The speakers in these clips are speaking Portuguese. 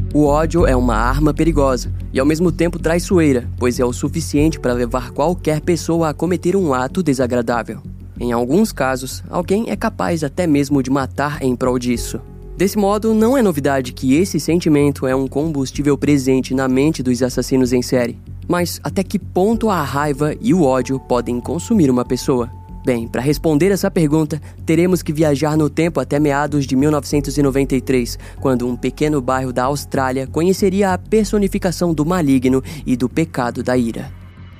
O ódio é uma arma perigosa e ao mesmo tempo traiçoeira, pois é o suficiente para levar qualquer pessoa a cometer um ato desagradável. Em alguns casos, alguém é capaz até mesmo de matar em prol disso. Desse modo, não é novidade que esse sentimento é um combustível presente na mente dos assassinos em série. Mas até que ponto a raiva e o ódio podem consumir uma pessoa? Bem, para responder essa pergunta, teremos que viajar no tempo até meados de 1993, quando um pequeno bairro da Austrália conheceria a personificação do maligno e do pecado da ira.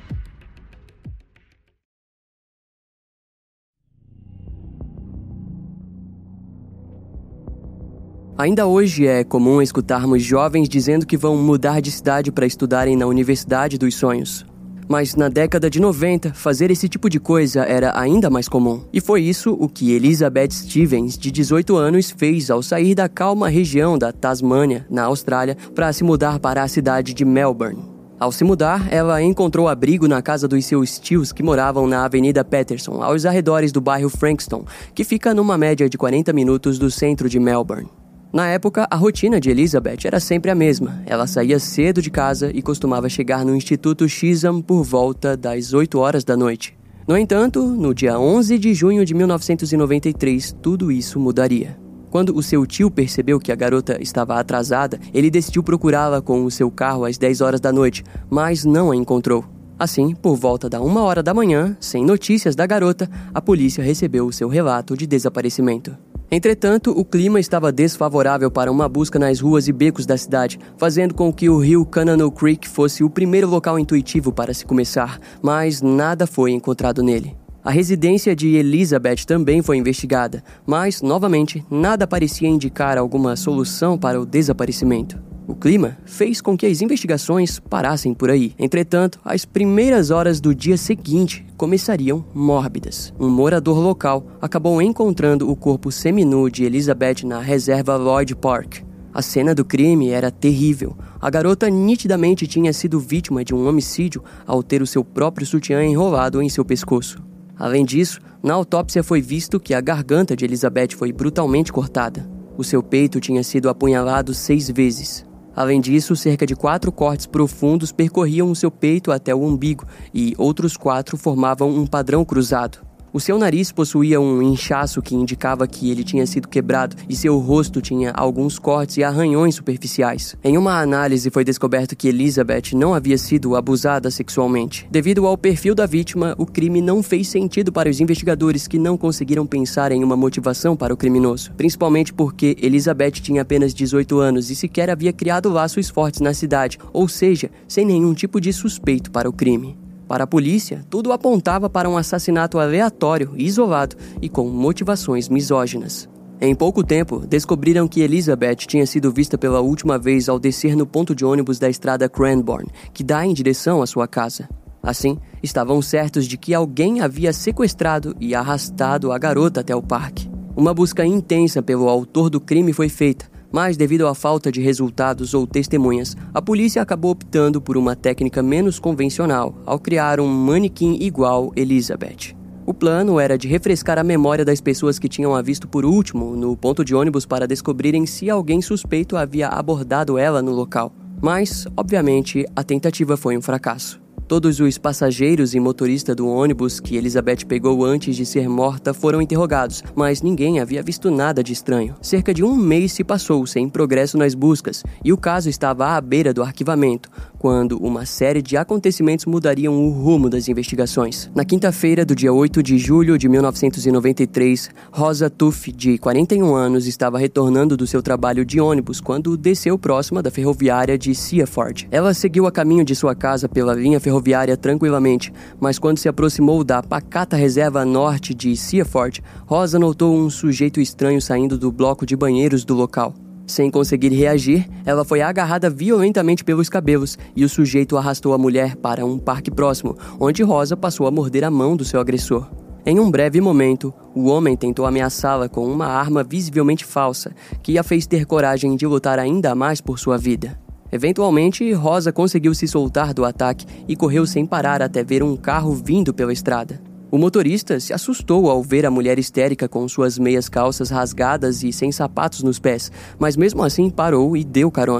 Ainda hoje é comum escutarmos jovens dizendo que vão mudar de cidade para estudarem na Universidade dos Sonhos. Mas na década de 90, fazer esse tipo de coisa era ainda mais comum. E foi isso o que Elizabeth Stevens, de 18 anos, fez ao sair da calma região da Tasmânia, na Austrália, para se mudar para a cidade de Melbourne. Ao se mudar, ela encontrou abrigo na casa dos seus tios que moravam na Avenida Patterson, aos arredores do bairro Frankston, que fica numa média de 40 minutos do centro de Melbourne. Na época, a rotina de Elizabeth era sempre a mesma. Ela saía cedo de casa e costumava chegar no Instituto Chisholm por volta das 8 horas da noite. No entanto, no dia 11 de junho de 1993, tudo isso mudaria. Quando o seu tio percebeu que a garota estava atrasada, ele decidiu procurá-la com o seu carro às 10 horas da noite, mas não a encontrou. Assim, por volta da 1 hora da manhã, sem notícias da garota, a polícia recebeu o seu relato de desaparecimento. Entretanto, o clima estava desfavorável para uma busca nas ruas e becos da cidade, fazendo com que o rio Canano Creek fosse o primeiro local intuitivo para se começar, mas nada foi encontrado nele. A residência de Elizabeth também foi investigada, mas, novamente, nada parecia indicar alguma solução para o desaparecimento. O clima fez com que as investigações parassem por aí. Entretanto, as primeiras horas do dia seguinte começariam mórbidas. Um morador local acabou encontrando o corpo seminu de Elizabeth na reserva Lloyd Park. A cena do crime era terrível. A garota nitidamente tinha sido vítima de um homicídio ao ter o seu próprio sutiã enrolado em seu pescoço. Além disso, na autópsia foi visto que a garganta de Elizabeth foi brutalmente cortada. O seu peito tinha sido apunhalado 6 vezes. Além disso, cerca de 4 cortes profundos percorriam o seu peito até o umbigo e outros 4 formavam um padrão cruzado. O seu nariz possuía um inchaço que indicava que ele tinha sido quebrado e seu rosto tinha alguns cortes e arranhões superficiais. Em uma análise foi descoberto que Elizabeth não havia sido abusada sexualmente. Devido ao perfil da vítima, o crime não fez sentido para os investigadores que não conseguiram pensar em uma motivação para o criminoso, principalmente porque Elizabeth tinha apenas 18 anos e sequer havia criado laços fortes na cidade, ou seja, sem nenhum tipo de suspeito para o crime. Para a polícia, tudo apontava para um assassinato aleatório, isolado e com motivações misóginas. Em pouco tempo, descobriram que Elizabeth tinha sido vista pela última vez ao descer no ponto de ônibus da estrada Cranbourne, que dá em direção à sua casa. Assim, estavam certos de que alguém havia sequestrado e arrastado a garota até o parque. Uma busca intensa pelo autor do crime foi feita, mas devido à falta de resultados ou testemunhas, a polícia acabou optando por uma técnica menos convencional ao criar um manequim igual Elizabeth. O plano era de refrescar a memória das pessoas que tinham a visto por último no ponto de ônibus para descobrirem se alguém suspeito havia abordado ela no local. Mas, obviamente, a tentativa foi um fracasso. Todos os passageiros e motorista do ônibus que Elizabeth pegou antes de ser morta foram interrogados, mas ninguém havia visto nada de estranho. Cerca de 1 mês se passou sem progresso nas buscas, e o caso estava à beira do arquivamento, quando uma série de acontecimentos mudariam o rumo das investigações. Na quinta-feira do dia 8 de julho de 1993, Rosa Tuff, de 41 anos, estava retornando do seu trabalho de ônibus quando desceu próxima da ferroviária de Seaford. Ela seguiu a caminho de sua casa pela linha ferroviária tranquilamente, mas quando se aproximou da pacata reserva norte de Seaford, Rosa notou um sujeito estranho saindo do bloco de banheiros do local. Sem conseguir reagir, ela foi agarrada violentamente pelos cabelos e o sujeito arrastou a mulher para um parque próximo, onde Rosa passou a morder a mão do seu agressor. Em um breve momento, o homem tentou ameaçá-la com uma arma visivelmente falsa, que a fez ter coragem de lutar ainda mais por sua vida. Eventualmente, Rosa conseguiu se soltar do ataque e correu sem parar até ver um carro vindo pela estrada. O motorista se assustou ao ver a mulher histérica com suas meias calças rasgadas e sem sapatos nos pés, mas mesmo assim parou e deu carona.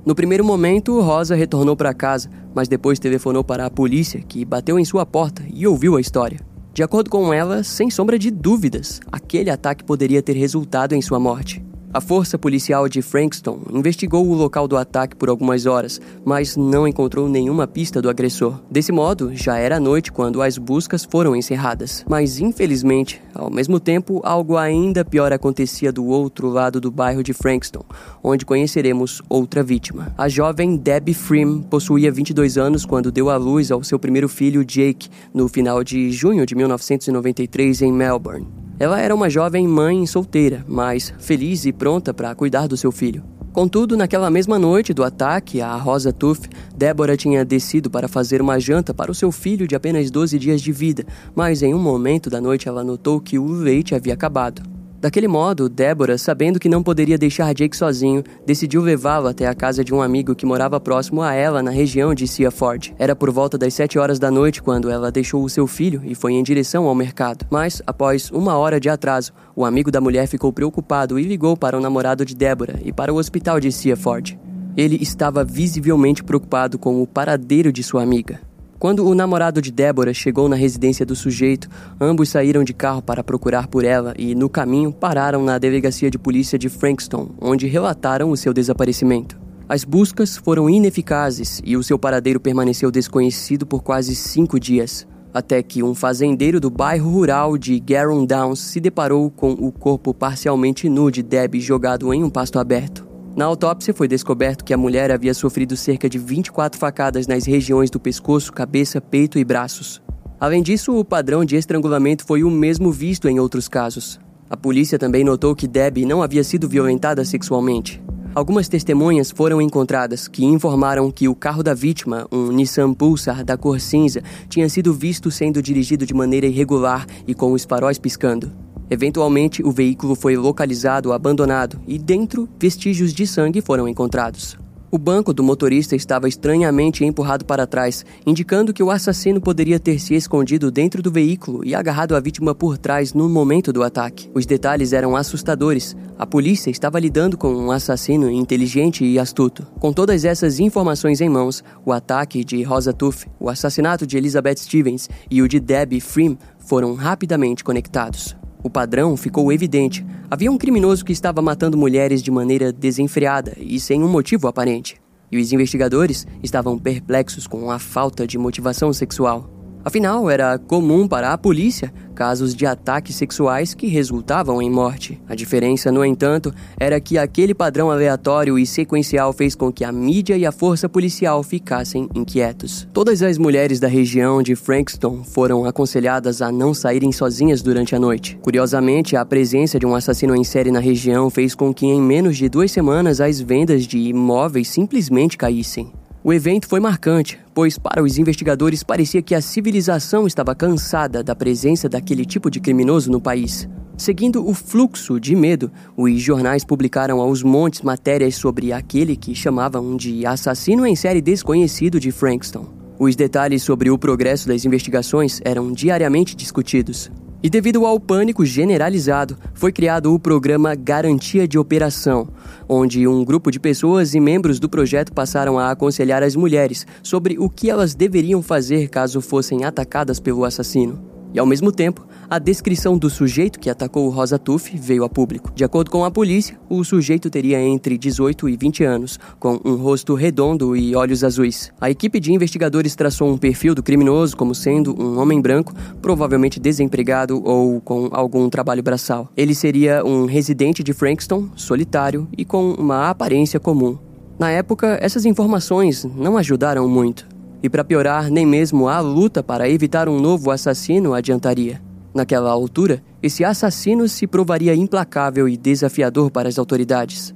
No primeiro momento, Rosa retornou para casa, mas depois telefonou para a polícia, que bateu em sua porta e ouviu a história. De acordo com ela, sem sombra de dúvidas, aquele ataque poderia ter resultado em sua morte. A força policial de Frankston investigou o local do ataque por algumas horas, mas não encontrou nenhuma pista do agressor. Desse modo, já era noite quando as buscas foram encerradas. Mas, infelizmente, ao mesmo tempo, algo ainda pior acontecia do outro lado do bairro de Frankston, onde conheceremos outra vítima. A jovem Debbie Freem possuía 22 anos quando deu à luz ao seu primeiro filho, Jake, no final de junho de 1993 em Melbourne. Ela era uma jovem mãe solteira, mas feliz e pronta para cuidar do seu filho. Contudo, naquela mesma noite do ataque à Rosa Tuff, Deborah tinha descido para fazer uma janta para o seu filho de apenas 12 dias de vida, mas em um momento da noite ela notou que o leite havia acabado. Daquele modo, Deborah, sabendo que não poderia deixar Jake sozinho, decidiu levá-lo até a casa de um amigo que morava próximo a ela na região de Seaford. Era por volta das 7 horas da noite quando ela deixou o seu filho e foi em direção ao mercado. Mas, após 1 hora de atraso, o amigo da mulher ficou preocupado e ligou para o namorado de Deborah e para o hospital de Seaford. Ele estava visivelmente preocupado com o paradeiro de sua amiga. Quando o namorado de Deborah chegou na residência do sujeito, ambos saíram de carro para procurar por ela e, no caminho, pararam na delegacia de polícia de Frankston, onde relataram o seu desaparecimento. As buscas foram ineficazes e o seu paradeiro permaneceu desconhecido por quase 5 dias, até que um fazendeiro do bairro rural de Garron Downs se deparou com o corpo parcialmente nu de Debbie jogado em um pasto aberto. Na autópsia foi descoberto que a mulher havia sofrido cerca de 24 facadas nas regiões do pescoço, cabeça, peito e braços. Além disso, o padrão de estrangulamento foi o mesmo visto em outros casos. A polícia também notou que Debbie não havia sido violentada sexualmente. Algumas testemunhas foram encontradas que informaram que o carro da vítima, um Nissan Pulsar da cor cinza, tinha sido visto sendo dirigido de maneira irregular e com os faróis piscando. Eventualmente, o veículo foi localizado abandonado e dentro, vestígios de sangue foram encontrados. O banco do motorista estava estranhamente empurrado para trás, indicando que o assassino poderia ter se escondido dentro do veículo e agarrado a vítima por trás no momento do ataque. Os detalhes eram assustadores. A polícia estava lidando com um assassino inteligente e astuto. Com todas essas informações em mãos, o ataque de Rosa Tuff, o assassinato de Elizabeth Stevens e o de Debbie Freem foram rapidamente conectados. O padrão ficou evidente. Havia um criminoso que estava matando mulheres de maneira desenfreada e sem um motivo aparente. E os investigadores estavam perplexos com a falta de motivação sexual. Afinal, era comum para a polícia casos de ataques sexuais que resultavam em morte. A diferença, no entanto, era que aquele padrão aleatório e sequencial fez com que a mídia e a força policial ficassem inquietos. Todas as mulheres da região de Frankston foram aconselhadas a não saírem sozinhas durante a noite. Curiosamente, a presença de um assassino em série na região fez com que em menos de 2 semanas as vendas de imóveis simplesmente caíssem. O evento foi marcante, pois para os investigadores parecia que a civilização estava cansada da presença daquele tipo de criminoso no país. Seguindo o fluxo de medo, os jornais publicaram aos montes matérias sobre aquele que chamavam de assassino em série desconhecido de Frankston. Os detalhes sobre o progresso das investigações eram diariamente discutidos. E devido ao pânico generalizado, foi criado o programa Garantia de Operação, onde um grupo de pessoas e membros do projeto passaram a aconselhar as mulheres sobre o que elas deveriam fazer caso fossem atacadas pelo assassino. E, ao mesmo tempo, a descrição do sujeito que atacou Rosa Tuff veio a público. De acordo com a polícia, o sujeito teria entre 18 e 20 anos, com um rosto redondo e olhos azuis. A equipe de investigadores traçou um perfil do criminoso como sendo um homem branco, provavelmente desempregado ou com algum trabalho braçal. Ele seria um residente de Frankston, solitário e com uma aparência comum. Na época, essas informações não ajudaram muito. E para piorar, nem mesmo a luta para evitar um novo assassino adiantaria. Naquela altura, esse assassino se provaria implacável e desafiador para as autoridades.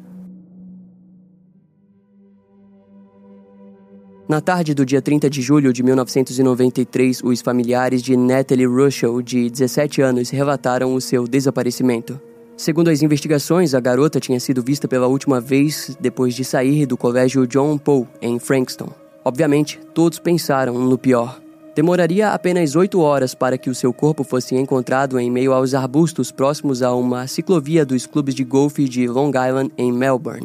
Na tarde do dia 30 de julho de 1993, os familiares de Natalie Russell, de 17 anos, relataram o seu desaparecimento. Segundo as investigações, a garota tinha sido vista pela última vez depois de sair do colégio John Paul, em Frankston. Obviamente, todos pensaram no pior. Demoraria apenas 8 horas para que o seu corpo fosse encontrado em meio aos arbustos próximos a uma ciclovia dos clubes de golfe de Long Island, em Melbourne.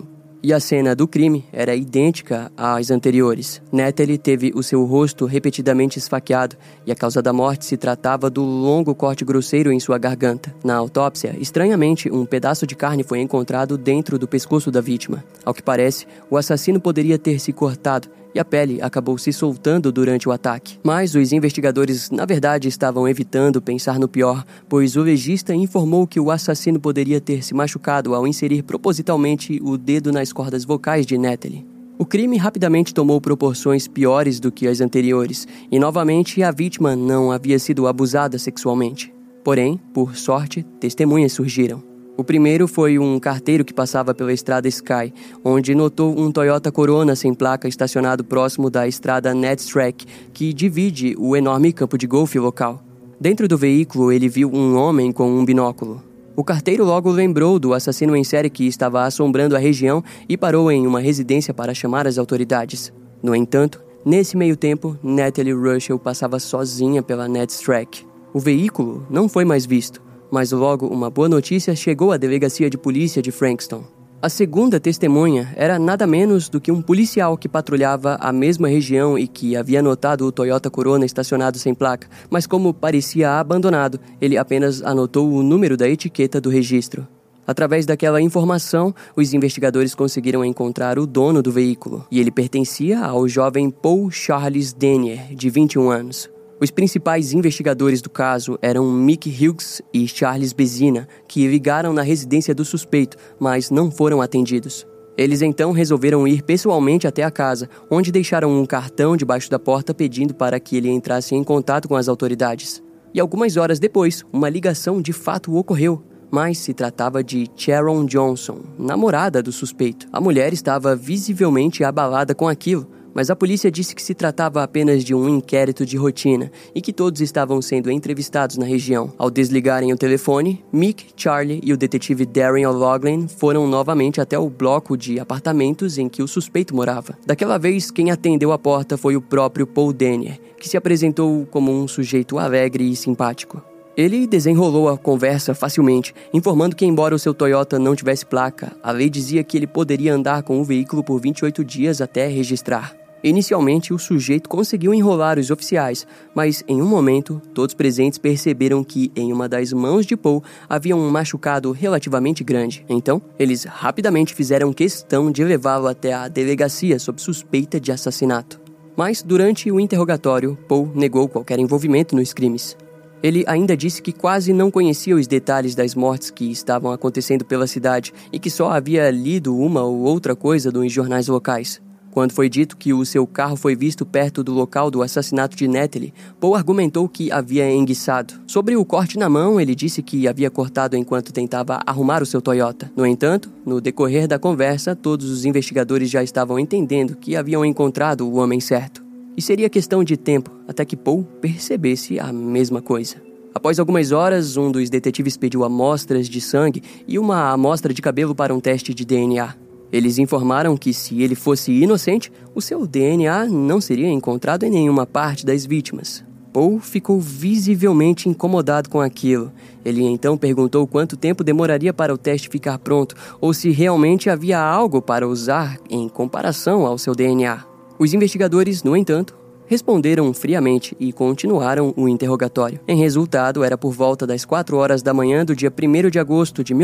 E a cena do crime era idêntica às anteriores. Natalie teve o seu rosto repetidamente esfaqueado e a causa da morte se tratava do longo corte grosseiro em sua garganta. Na autópsia, estranhamente, um pedaço de carne foi encontrado dentro do pescoço da vítima. Ao que parece, o assassino poderia ter se cortado e a pele acabou se soltando durante o ataque. Mas os investigadores, na verdade, estavam evitando pensar no pior, pois o legista informou que o assassino poderia ter se machucado ao inserir propositalmente o dedo nas cordas vocais de Natalie. O crime rapidamente tomou proporções piores do que as anteriores, e novamente a vítima não havia sido abusada sexualmente. Porém, por sorte, testemunhas surgiram. O primeiro foi um carteiro que passava pela estrada Sky, onde notou um Toyota Corona sem placa estacionado próximo da estrada Nats Track, que divide o enorme campo de golfe local. Dentro do veículo, ele viu um homem com um binóculo. O carteiro logo lembrou do assassino em série que estava assombrando a região e parou em uma residência para chamar as autoridades. No entanto, nesse meio tempo, Natalie Russell passava sozinha pela Nats Track. O veículo não foi mais visto. Mas logo uma boa notícia chegou à delegacia de polícia de Frankston. A segunda testemunha era nada menos do que um policial que patrulhava a mesma região e que havia notado o Toyota Corona estacionado sem placa, mas como parecia abandonado, ele apenas anotou o número da etiqueta do registro. Através daquela informação, os investigadores conseguiram encontrar o dono do veículo, e ele pertencia ao jovem Paul Charles Denier, de 21 anos. Os principais investigadores do caso eram Mick Hughes e Charles Bezina, que ligaram na residência do suspeito, mas não foram atendidos. Eles então resolveram ir pessoalmente até a casa, onde deixaram um cartão debaixo da porta pedindo para que ele entrasse em contato com as autoridades. E algumas horas depois, uma ligação de fato ocorreu, mas se tratava de Sharon Johnson, namorada do suspeito. A mulher estava visivelmente abalada com aquilo, mas a polícia disse que se tratava apenas de um inquérito de rotina e que todos estavam sendo entrevistados na região. Ao desligarem o telefone, Mick, Charlie e o detetive Darren O'Loughlin foram novamente até o bloco de apartamentos em que o suspeito morava. Daquela vez, quem atendeu a porta foi o próprio Paul Denier, que se apresentou como um sujeito alegre e simpático. Ele desenrolou a conversa facilmente, informando que embora o seu Toyota não tivesse placa, a lei dizia que ele poderia andar com o veículo por 28 dias até registrar. Inicialmente, o sujeito conseguiu enrolar os oficiais, mas em um momento, todos presentes perceberam que em uma das mãos de Paul havia um machucado relativamente grande. Então, eles rapidamente fizeram questão de levá-lo até a delegacia sob suspeita de assassinato. Mas, durante o interrogatório, Paul negou qualquer envolvimento nos crimes. Ele ainda disse que quase não conhecia os detalhes das mortes que estavam acontecendo pela cidade e que só havia lido uma ou outra coisa nos jornais locais. Quando foi dito que o seu carro foi visto perto do local do assassinato de Natalie, Paul argumentou que havia enguiçado. Sobre o corte na mão, ele disse que havia cortado enquanto tentava arrumar o seu Toyota. No entanto, no decorrer da conversa, todos os investigadores já estavam entendendo que haviam encontrado o homem certo. E seria questão de tempo até que Paul percebesse a mesma coisa. Após algumas horas, um dos detetives pediu amostras de sangue e uma amostra de cabelo para um teste de DNA. Eles informaram que se ele fosse inocente, o seu DNA não seria encontrado em nenhuma parte das vítimas. Paul ficou visivelmente incomodado com aquilo. Ele então perguntou quanto tempo demoraria para o teste ficar pronto ou se realmente havia algo para usar em comparação ao seu DNA. Os investigadores, no entanto, responderam friamente e continuaram o interrogatório. Em resultado, era por volta das 4 horas da manhã do dia 1º de agosto de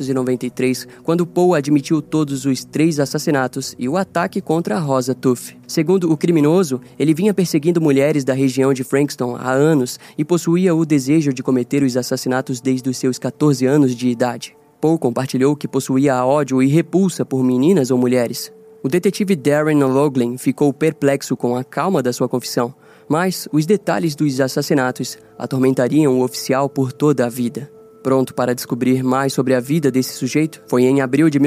1993, quando Paul admitiu todos os 3 assassinatos e o ataque contra a Rosa Tuff. Segundo o criminoso, ele vinha perseguindo mulheres da região de Frankston há anos e possuía o desejo de cometer os assassinatos desde os seus 14 anos de idade. Paul compartilhou que possuía ódio e repulsa por meninas ou mulheres. O detetive Darren O'Loughlin ficou perplexo com a calma da sua confissão, mas os detalhes dos assassinatos atormentariam o oficial por toda a vida. Pronto para descobrir mais sobre a vida desse sujeito, foi em abril de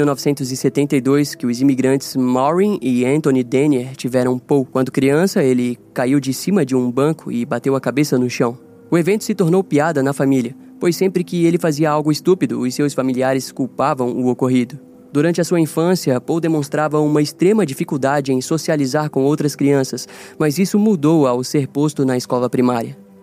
1972 que os imigrantes Maureen e Anthony Denier tiveram Paul. Quando criança, ele caiu de cima de um banco e bateu a cabeça no chão. O evento se tornou piada na família, pois sempre que ele fazia algo estúpido, os seus familiares culpavam o ocorrido. Durante a sua infância, Paul demonstrava uma extrema dificuldade em socializar com outras crianças, mas isso mudou ao ser posto na escola primária.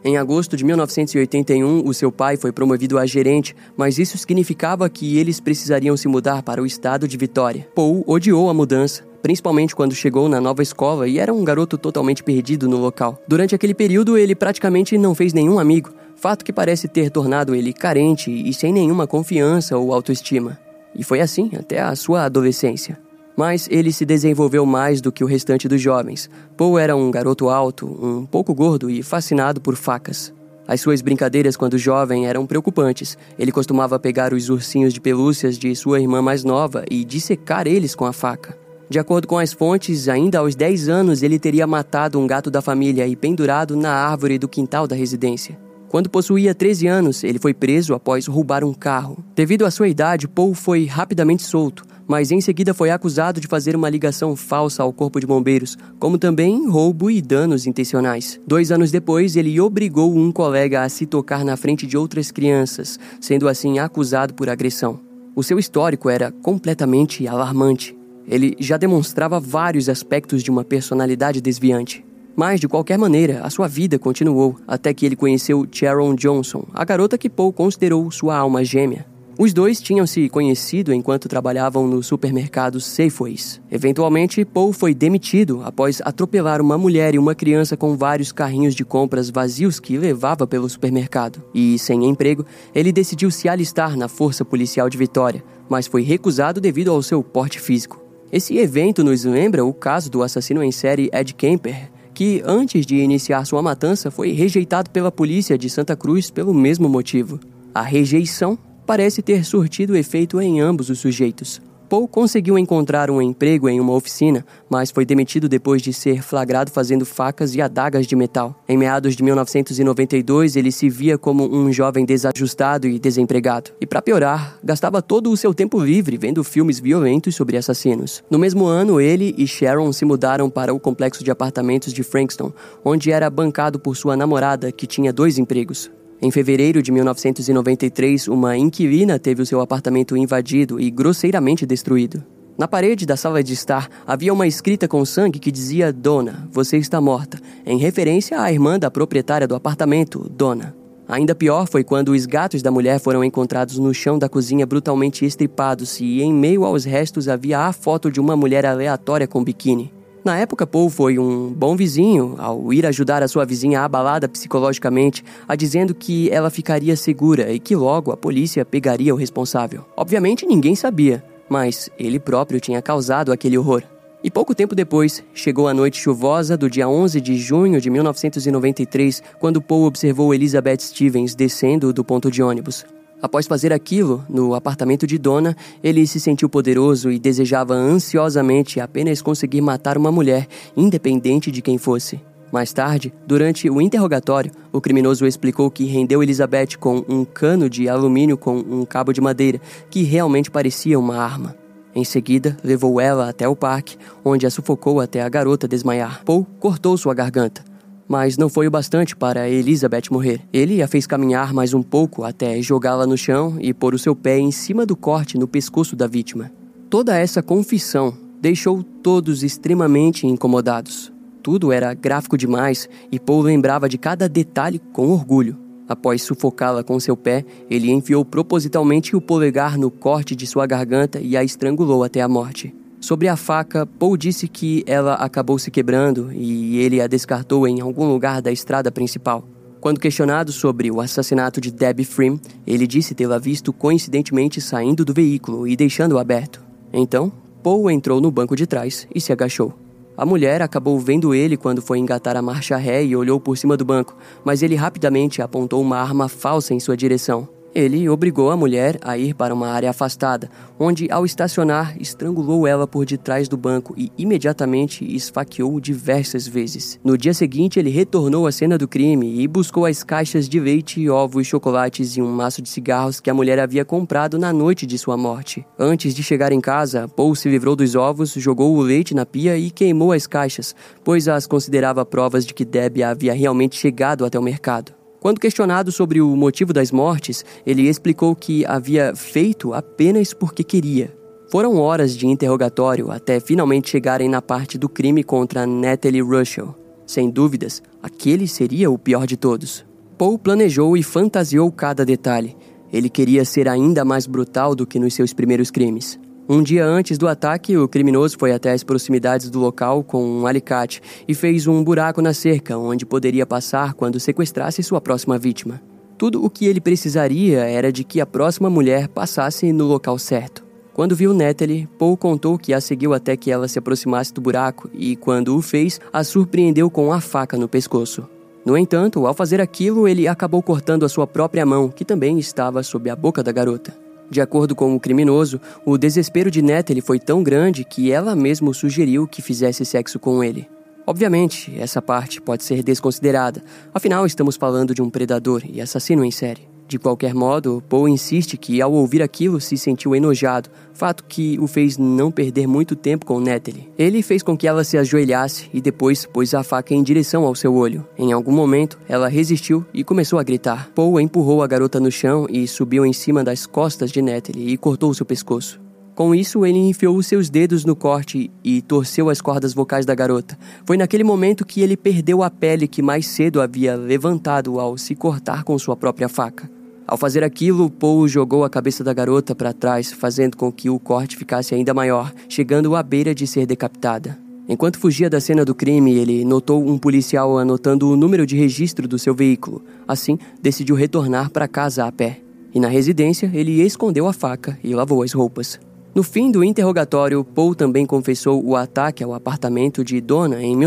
Em agosto de 1981, o seu pai foi promovido a gerente, mas isso significava que eles precisariam se mudar para o estado de Vitória. Paul odiou a mudança, principalmente quando chegou na nova escola e era um garoto totalmente perdido no local. Durante aquele período, ele praticamente não fez nenhum amigo, fato que parece ter tornado ele carente e sem nenhuma confiança ou autoestima. E foi assim até a sua adolescência. Mas ele se desenvolveu mais do que o restante dos jovens. Paul era um garoto alto, um pouco gordo e fascinado por facas. As suas brincadeiras quando jovem eram preocupantes. Ele costumava pegar os ursinhos de pelúcias de sua irmã mais nova e dissecar eles com a faca. De acordo com as fontes, ainda aos 10 anos ele teria matado um gato da família e pendurado na árvore do quintal da residência. Quando possuía 13 anos, ele foi preso após roubar um carro. Devido à sua idade, Paul foi rapidamente solto, mas em seguida foi acusado de fazer uma ligação falsa ao corpo de bombeiros, como também roubo e danos intencionais. 2 anos depois, ele obrigou um colega a se tocar na frente de outras crianças, sendo assim acusado por agressão. O seu histórico era completamente alarmante. Ele já demonstrava vários aspectos de uma personalidade desviante. Mas, de qualquer maneira, a sua vida continuou, até que ele conheceu Sharon Johnson, a garota que Paul considerou sua alma gêmea. Os dois tinham se conhecido enquanto trabalhavam no supermercado Safeways. Eventualmente, Paul foi demitido após atropelar uma mulher e uma criança com vários carrinhos de compras vazios que levava pelo supermercado. E, sem emprego, ele decidiu se alistar na Força Policial de Vitória, mas foi recusado devido ao seu porte físico. Esse evento nos lembra o caso do assassino em série Ed Kemper, que, antes de iniciar sua matança, foi rejeitado pela polícia de Santa Cruz pelo mesmo motivo. A rejeição parece ter surtido efeito em ambos os sujeitos. Paul conseguiu encontrar um emprego em uma oficina, mas foi demitido depois de ser flagrado fazendo facas e adagas de metal. Em meados de 1992, ele se via como um jovem desajustado e desempregado. E para piorar, gastava todo o seu tempo livre vendo filmes violentos sobre assassinos. No mesmo ano, ele e Sharon se mudaram para o complexo de apartamentos de Frankston, onde era bancado por sua namorada, que tinha 2 empregos. Em fevereiro de 1993, uma inquilina teve o seu apartamento invadido e grosseiramente destruído. Na parede da sala de estar, havia uma escrita com sangue que dizia "Dona, você está morta", em referência à irmã da proprietária do apartamento, Dona. Ainda pior foi quando os gatos da mulher foram encontrados no chão da cozinha brutalmente estripados e em meio aos restos havia a foto de uma mulher aleatória com biquíni. Na época, Paul foi um bom vizinho ao ir ajudar a sua vizinha abalada psicologicamente, dizendo que ela ficaria segura e que logo a polícia pegaria o responsável. Obviamente ninguém sabia, mas ele próprio tinha causado aquele horror. E pouco tempo depois, chegou a noite chuvosa do dia 11 de junho de 1993, quando Paul observou Elizabeth Stevens descendo do ponto de ônibus. Após fazer aquilo, no apartamento de Dona, ele se sentiu poderoso e desejava ansiosamente apenas conseguir matar uma mulher, independente de quem fosse. Mais tarde, durante o interrogatório, o criminoso explicou que rendeu Elizabeth com um cano de alumínio com um cabo de madeira, que realmente parecia uma arma. Em seguida, levou ela até o parque, onde a sufocou até a garota desmaiar. Paul cortou sua garganta. Mas não foi o bastante para Elizabeth morrer. Ele a fez caminhar mais um pouco até jogá-la no chão e pôr o seu pé em cima do corte no pescoço da vítima. Toda essa confissão deixou todos extremamente incomodados. Tudo era gráfico demais e Paul lembrava de cada detalhe com orgulho. Após sufocá-la com seu pé, ele enfiou propositalmente o polegar no corte de sua garganta e a estrangulou até a morte. Sobre a faca, Paul disse que ela acabou se quebrando e ele a descartou em algum lugar da estrada principal. Quando questionado sobre o assassinato de Debbie Freeman, ele disse tê-la visto coincidentemente saindo do veículo e deixando-o aberto. Então, Paul entrou no banco de trás e se agachou. A mulher acabou vendo ele quando foi engatar a marcha ré e olhou por cima do banco, mas ele rapidamente apontou uma arma falsa em sua direção. Ele obrigou a mulher a ir para uma área afastada, onde, ao estacionar, estrangulou ela por detrás do banco e imediatamente esfaqueou diversas vezes. No dia seguinte, ele retornou à cena do crime e buscou as caixas de leite, ovos, chocolates e um maço de cigarros que a mulher havia comprado na noite de sua morte. Antes de chegar em casa, Paul se livrou dos ovos, jogou o leite na pia e queimou as caixas, pois as considerava provas de que Debbie havia realmente chegado até o mercado. Quando questionado sobre o motivo das mortes, ele explicou que havia feito apenas porque queria. Foram horas de interrogatório até finalmente chegarem na parte do crime contra Natalie Russell. Sem dúvidas, aquele seria o pior de todos. Paul planejou e fantasiou cada detalhe. Ele queria ser ainda mais brutal do que nos seus primeiros crimes. Um dia antes do ataque, o criminoso foi até as proximidades do local com um alicate e fez um buraco na cerca onde poderia passar quando sequestrasse sua próxima vítima. Tudo o que ele precisaria era de que a próxima mulher passasse no local certo. Quando viu Natalie, Paul contou que a seguiu até que ela se aproximasse do buraco e, quando o fez, a surpreendeu com a faca no pescoço. No entanto, ao fazer aquilo, ele acabou cortando a sua própria mão, que também estava sob a boca da garota. De acordo com o criminoso, o desespero de Natalie foi tão grande que ela mesma sugeriu que fizesse sexo com ele. Obviamente, essa parte pode ser desconsiderada, afinal estamos falando de um predador e assassino em série. De qualquer modo, Paul insiste que ao ouvir aquilo se sentiu enojado, fato que o fez não perder muito tempo com Natalie. Ele fez com que ela se ajoelhasse e depois pôs a faca em direção ao seu olho. Em algum momento, ela resistiu e começou a gritar. Paul empurrou a garota no chão e subiu em cima das costas de Natalie e cortou seu pescoço. Com isso, ele enfiou os seus dedos no corte e torceu as cordas vocais da garota. Foi naquele momento que ele perdeu a pele que mais cedo havia levantado ao se cortar com sua própria faca. Ao fazer aquilo, Paul jogou a cabeça da garota para trás, fazendo com que o corte ficasse ainda maior, chegando à beira de ser decapitada. Enquanto fugia da cena do crime, ele notou um policial anotando o número de registro do seu veículo. Assim, decidiu retornar para casa a pé. E na residência, ele escondeu a faca e lavou as roupas. No fim do interrogatório, Paul também confessou o ataque ao apartamento de Donna em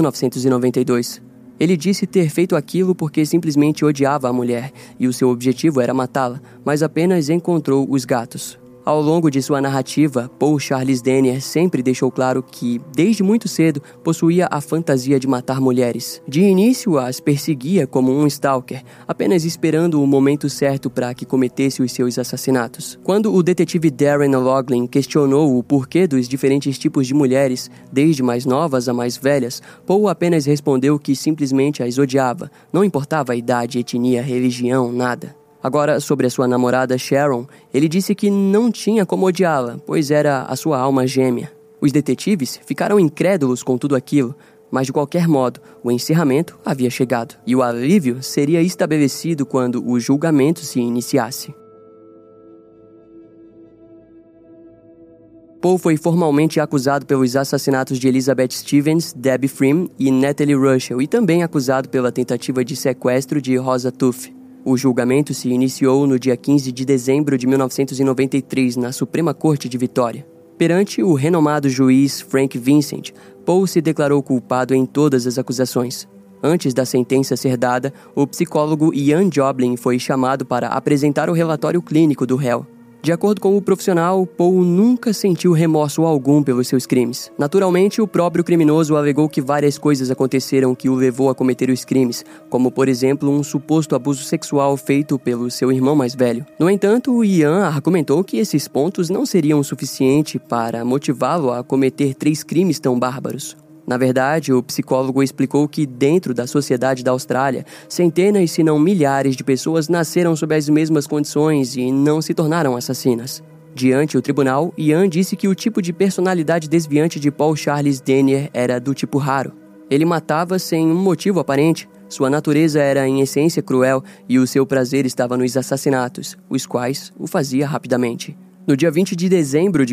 1992. Ele disse ter feito aquilo porque simplesmente odiava a mulher e o seu objetivo era matá-la, mas apenas encontrou os gatos. Ao longo de sua narrativa, Paul Charles Danier sempre deixou claro que, desde muito cedo, possuía a fantasia de matar mulheres. De início, as perseguia como um stalker, apenas esperando o momento certo para que cometesse os seus assassinatos. Quando o detetive Darren Loughlin questionou o porquê dos diferentes tipos de mulheres, desde mais novas a mais velhas, Paul apenas respondeu que simplesmente as odiava, não importava a idade, etnia, religião, nada. Agora, sobre a sua namorada Sharon, ele disse que não tinha como odiá-la, pois era a sua alma gêmea. Os detetives ficaram incrédulos com tudo aquilo, mas de qualquer modo, o encerramento havia chegado, e o alívio seria estabelecido quando o julgamento se iniciasse. Paul foi formalmente acusado pelos assassinatos de Elizabeth Stevens, Debbie Freeman e Natalie Russell, e também acusado pela tentativa de sequestro de Rosa Tuff. O julgamento se iniciou no dia 15 de dezembro de 1993, na Suprema Corte de Vitória. Perante o renomado juiz Frank Vincent, Paul se declarou culpado em todas as acusações. Antes da sentença ser dada, o psicólogo Ian Joblin foi chamado para apresentar o relatório clínico do réu. De acordo com o profissional, Paul nunca sentiu remorso algum pelos seus crimes. Naturalmente, o próprio criminoso alegou que várias coisas aconteceram que o levou a cometer os crimes, como, por exemplo, um suposto abuso sexual feito pelo seu irmão mais velho. No entanto, Ian argumentou que esses pontos não seriam suficientes para motivá-lo a cometer 3 crimes tão bárbaros. Na verdade, o psicólogo explicou que dentro da sociedade da Austrália, centenas se não milhares de pessoas nasceram sob as mesmas condições e não se tornaram assassinas. Diante o tribunal, Ian disse que o tipo de personalidade desviante de Paul Charles Danier era do tipo raro. Ele matava sem um motivo aparente, sua natureza era em essência cruel e o seu prazer estava nos assassinatos, os quais o fazia rapidamente. No dia 20 de dezembro de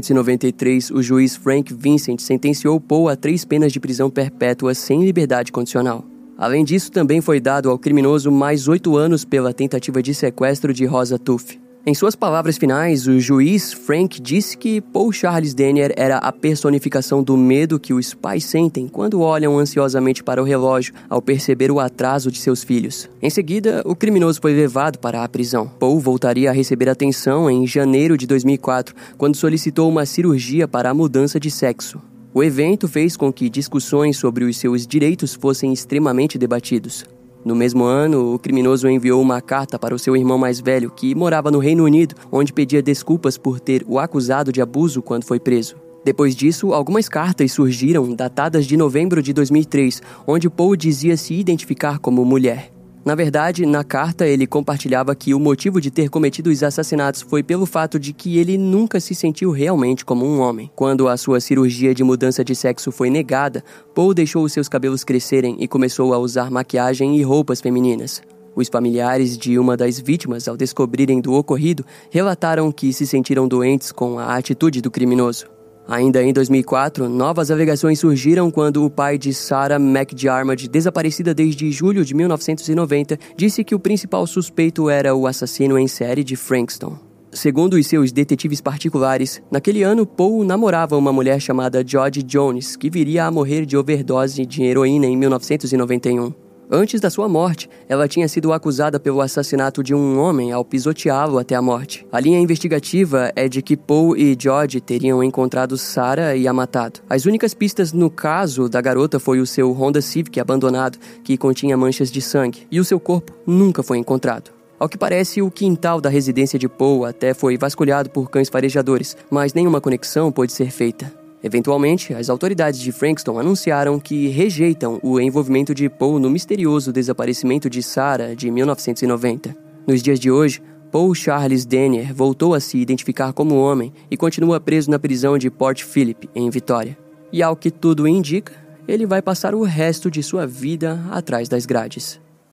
1993, o juiz Frank Vincent sentenciou Paul a 3 penas de prisão perpétua sem liberdade condicional. Além disso, também foi dado ao criminoso mais 8 anos pela tentativa de sequestro de Rosa Tuff. Em suas palavras finais, o juiz Frank disse que Paul Charles Danier era a personificação do medo que os pais sentem quando olham ansiosamente para o relógio ao perceber o atraso de seus filhos. Em seguida, o criminoso foi levado para a prisão. Paul voltaria a receber atenção em janeiro de 2004, quando solicitou uma cirurgia para a mudança de sexo. O evento fez com que discussões sobre os seus direitos fossem extremamente debatidos. No mesmo ano, o criminoso enviou uma carta para o seu irmão mais velho, que morava no Reino Unido, onde pedia desculpas por ter o acusado de abuso quando foi preso. Depois disso, algumas cartas surgiram, datadas de novembro de 2003, onde Paul dizia se identificar como mulher. Na verdade, na carta ele compartilhava que o motivo de ter cometido os assassinatos foi pelo fato de que ele nunca se sentiu realmente como um homem. Quando a sua cirurgia de mudança de sexo foi negada, Paul deixou os seus cabelos crescerem e começou a usar maquiagem e roupas femininas. Os familiares de uma das vítimas, ao descobrirem do ocorrido, relataram que se sentiram doentes com a atitude do criminoso. Ainda em 2004, novas alegações surgiram quando o pai de Sarah McDiarmid, desaparecida desde julho de 1990, disse que o principal suspeito era o assassino em série de Frankston. Segundo os seus detetives particulares, naquele ano Paul namorava uma mulher chamada Jodie Jones, que viria a morrer de overdose de heroína em 1991. Antes da sua morte, ela tinha sido acusada pelo assassinato de um homem ao pisoteá-lo até a morte. A linha investigativa é de que Paul e Jodie teriam encontrado Sarah e a matado. As únicas pistas no caso da garota foi o seu Honda Civic abandonado, que continha manchas de sangue, e o seu corpo nunca foi encontrado. Ao que parece, o quintal da residência de Paul até foi vasculhado por cães farejadores, mas nenhuma conexão pôde ser feita. Eventualmente, as autoridades de Frankston anunciaram que rejeitam o envolvimento de Paul no misterioso desaparecimento de Sarah de 1990. Nos dias de hoje, Paul Charles Denyer voltou a se identificar como homem e continua preso na prisão de Port Phillip, em Vitória. E ao que tudo indica, ele vai passar o resto de sua vida atrás das grades.